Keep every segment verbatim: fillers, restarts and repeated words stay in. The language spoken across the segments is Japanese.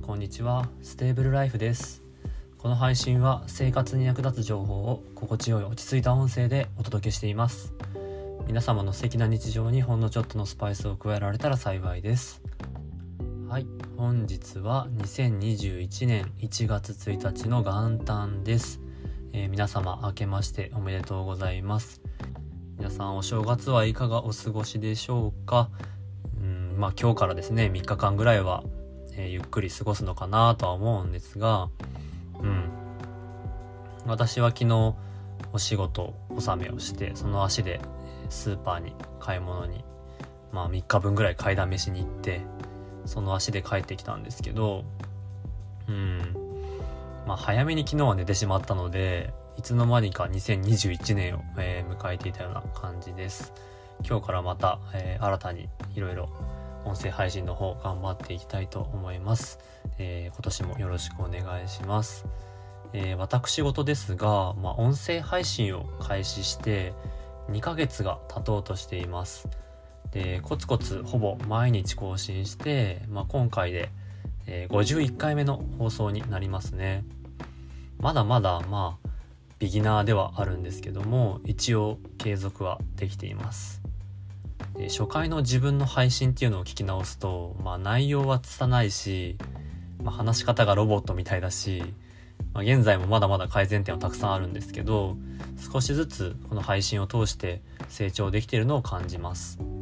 んこんにちは。ステーブルライフです。この配信は生活に役立つ情報を心地よい落ち着いた音声でお届けしています。皆様の素敵な日常にほんのちょっとのスパイスを加えられたら幸いです。はい、本日はにせんにじゅういちねんいちがつついたちの元旦です。えー、皆様明けましておめでとうございます。皆さんお正月はいかがお過ごしでしょうか。うんまあ今日からですねみっかかんぐらいはえー、ゆっくり過ごすのかなとは思うんですが、うん、私は昨日お仕事納めをしてその足でスーパーに買い物に、まあ、みっかぶんぐらい買いだめしに行ってその足で帰ってきたんですけど、うんまあ、早めに昨日は寝てしまったのでいつの間にかにせんにじゅういちねんを、えー、迎えていたような感じです。今日からまた、えー、新たにいろいろ音声配信の方頑張っていきたいと思います。えー、今年もよろしくお願いします。えー、私事ですが、まあ、音声配信を開始してにかげつが経とうとしています。で、コツコツほぼ毎日更新して、まあ、今回で、えー、ごじゅういっかいめの放送になりますね。まだまだまあビギナーではあるんですけども、一応継続はできています。初回の自分の配信っていうのを聞き直すと、まあ、内容は拙いし、まあ、話し方がロボットみたいだし、まあ、現在もまだまだ改善点はたくさんあるんですけど、少しずつこの配信を通して成長できているのを感じます。うん、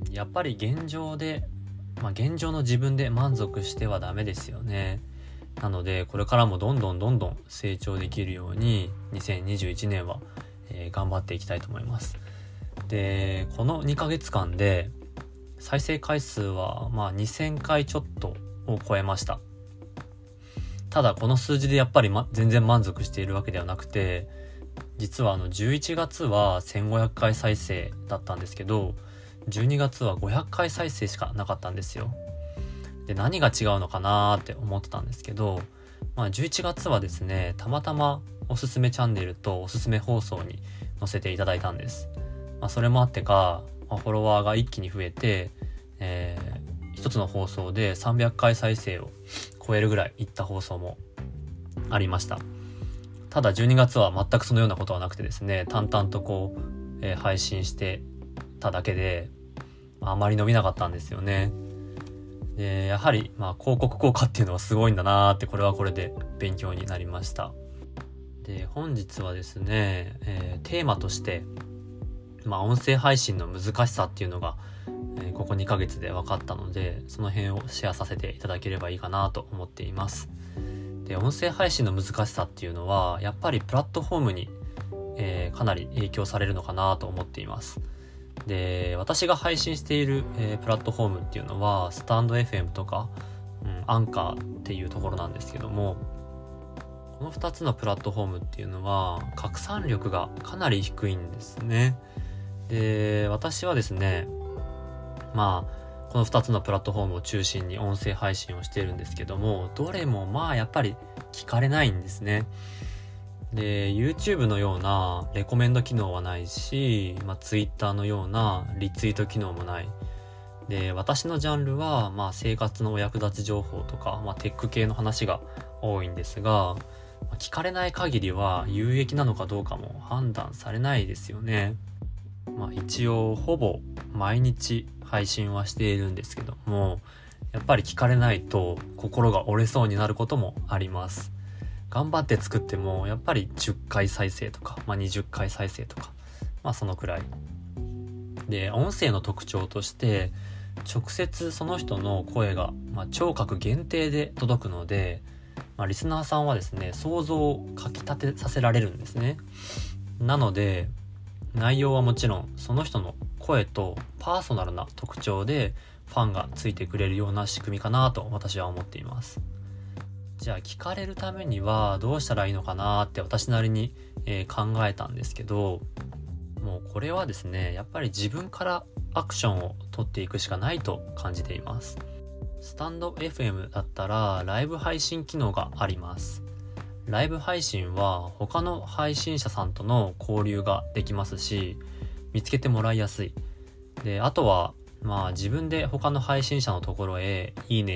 やっぱり現状で、まあ、現状の自分で満足してはダメですよね。なのでこれからもどんどんどんどん成長できるようににせんにじゅういちねんは、えー、頑張っていきたいと思います。で、このにかげつかんで再生回数はまあにせんかいちょっとを超えました。ただこの数字でやっぱり、ま、全然満足しているわけではなくて、実はあのじゅういちがつはせんごひゃっかい再生だったんですけど、じゅうにがつはごひゃっかい再生しかなかったんですよ。で、何が違うのかなーって思ってたんですけど、まあ、じゅういちがつはですねたまたまおすすめチャンネルとおすすめ放送に載せていただいたんです。まあ、それもあってか、まあ、フォロワーが一気に増えて、えー、一つの放送でさんびゃっかい再生を超えるぐらいいった放送もありました。ただじゅうにがつは全くそのようなことはなくてですね、淡々とこう、えー、配信してただけであまり伸びなかったんですよね。で、やはり、まあ、広告効果っていうのはすごいんだなーって、これはこれで勉強になりました。で、本日はですね、えー、テーマとしてまあ、音声配信の難しさっていうのが、えー、ここにかげつで分かったので、その辺をシェアさせていただければいいかなと思っています。で、音声配信の難しさっていうのはやっぱりプラットフォームに、えー、かなり影響されるのかなと思っています。で、私が配信している、えー、プラットフォームっていうのはスタンド エフエム とか、うん、アンカーっていうところなんですけども、このふたつのプラットフォームっていうのは拡散力がかなり低いんですね。で、私はですね、まあこのふたつのプラットフォームを中心に音声配信をしているんですけども、どれもまあやっぱり聞かれないんですね。で、YouTube のようなレコメンド機能はないし、まあ、Twitter のようなリツイート機能もない。で、私のジャンルはまあ生活のお役立ち情報とか、まあ、テック系の話が多いんですが、聞かれない限りは有益なのかどうかも判断されないですよね。まあ、一応ほぼ毎日配信はしているんですけども、やっぱり聞かれないと心が折れそうになることもあります。頑張って作ってもやっぱりじゅっかい再生とか、まあ、にじゅっかい再生とか、まあそのくらいで、音声の特徴として直接その人の声が、まあ、聴覚限定で届くので、まあ、リスナーさんはですね想像をかき立てさせられるんですね。なので内容はもちろんその人の声とパーソナルな特徴でファンがついてくれるような仕組みかなと私は思っています。じゃあ聞かれるためにはどうしたらいいのかなって私なりに、えー、考えたんですけど、もうこれはですねやっぱり自分からアクションを取っていくしかないと感じています。スタンド エフエム だったらライブ配信機能があります。ライブ配信は他の配信者さんとの交流ができますし、見つけてもらいやすい。で、あとはまあ自分で他の配信者のところへいいねや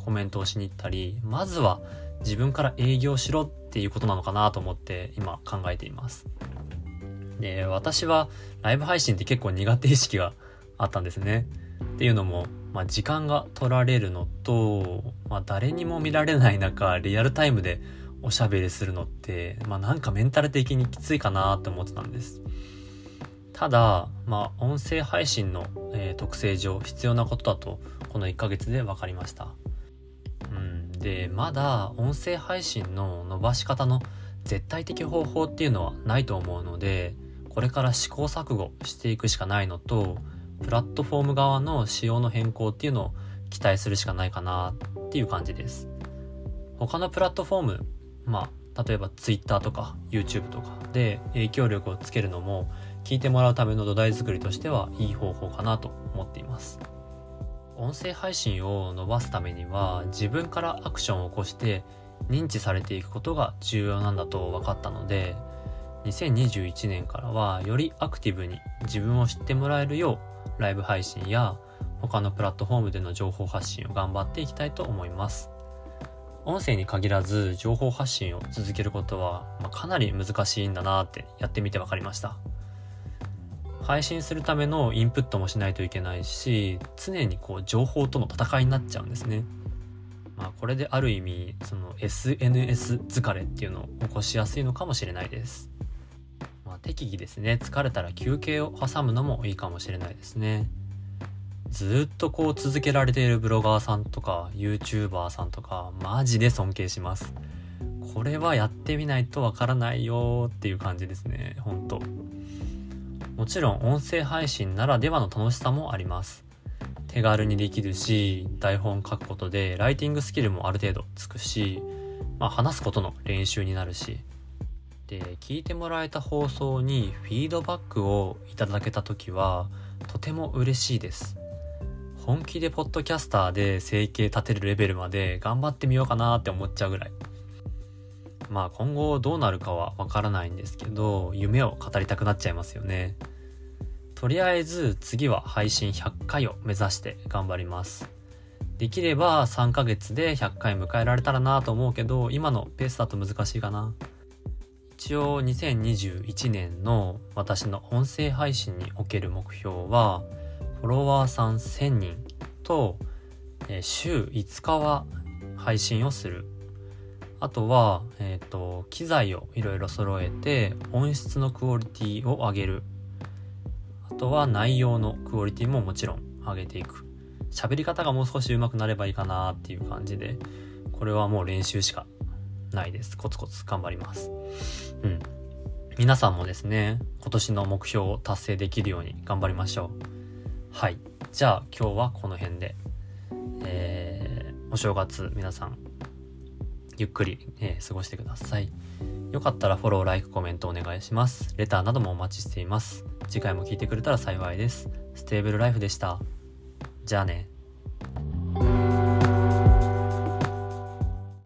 コメントをしに行ったり、まずは自分から営業しろっていうことなのかなと思って今考えています。で、私はライブ配信って結構苦手意識があったんですね。っていうのも、まあ、時間が取られるのと、まあ、誰にも見られない中リアルタイムでおしゃべりするのって、まあ、なんかメンタル的にきついかなって思ってたんです。ただ、まあ、音声配信の、えー、特性上必要なことだとこのいっかげつで分かりました。うん、で、まだ音声配信の伸ばし方の絶対的方法っていうのはないと思うので、これから試行錯誤していくしかないのと、プラットフォーム側の仕様の変更っていうのを期待するしかないかなっていう感じです。他のプラットフォーム、まあ例えば Twitter とか YouTube とかで影響力をつけるのも聞いてもらうための土台作りとしてはいい方法かなと思っています。音声配信を伸ばすためには自分からアクションを起こして認知されていくことが重要なんだと分かったので、にせんにじゅういちねんからはよりアクティブに自分を知ってもらえるようライブ配信や他のプラットフォームでの情報発信を頑張っていきたいと思います。音声に限らず情報発信を続けることは、まあ、かなり難しいんだなってやってみて分かりました。配信するためのインプットもしないといけないし、常にこう情報との戦いになっちゃうんですね。まあ、これである意味その エスエヌエス 疲れっていうのを起こしやすいのかもしれないです。まあ、適宜ですね、疲れたら休憩を挟むのもいいかもしれないですね。ずっとこう続けられているブロガーさんとか YouTuber さんとかマジで尊敬します。これはやってみないとわからないよっていう感じですね。本当。もちろん音声配信ならではの楽しさもあります。手軽にできるし、台本書くことでライティングスキルもある程度つくし、まあ、話すことの練習になるし、で、聞いてもらえた放送にフィードバックをいただけた時はとても嬉しいです。本気でポッドキャスターで生計立てるレベルまで頑張ってみようかなって思っちゃうぐらい。まあ今後どうなるかはわからないんですけど、夢を語りたくなっちゃいますよね。とりあえず次は配信ひゃっかいを目指して頑張ります。できればさんかげつでひゃっかい迎えられたらなと思うけど、今のペースだと難しいかな。一応にせんにじゅういちねんの私の音声配信における目標は、フォロワーさんせんにんと、えー、週いつかは配信をする。あとは、えーと、機材をいろいろ揃えて音質のクオリティを上げる。あとは内容のクオリティももちろん上げていく。喋り方がもう少し上手くなればいいかなっていう感じで、これはもう練習しかないです。コツコツ頑張ります。うん。皆さんもですね、今年の目標を達成できるように頑張りましょう。はい。じゃあ今日はこの辺で、えー、お正月皆さんゆっくり、えー、過ごしてください。よかったらフォロー、ライク、コメントお願いします。レターなどもお待ちしています。次回も聞いてくれたら幸いです。ステーブルライフでした。じゃあね。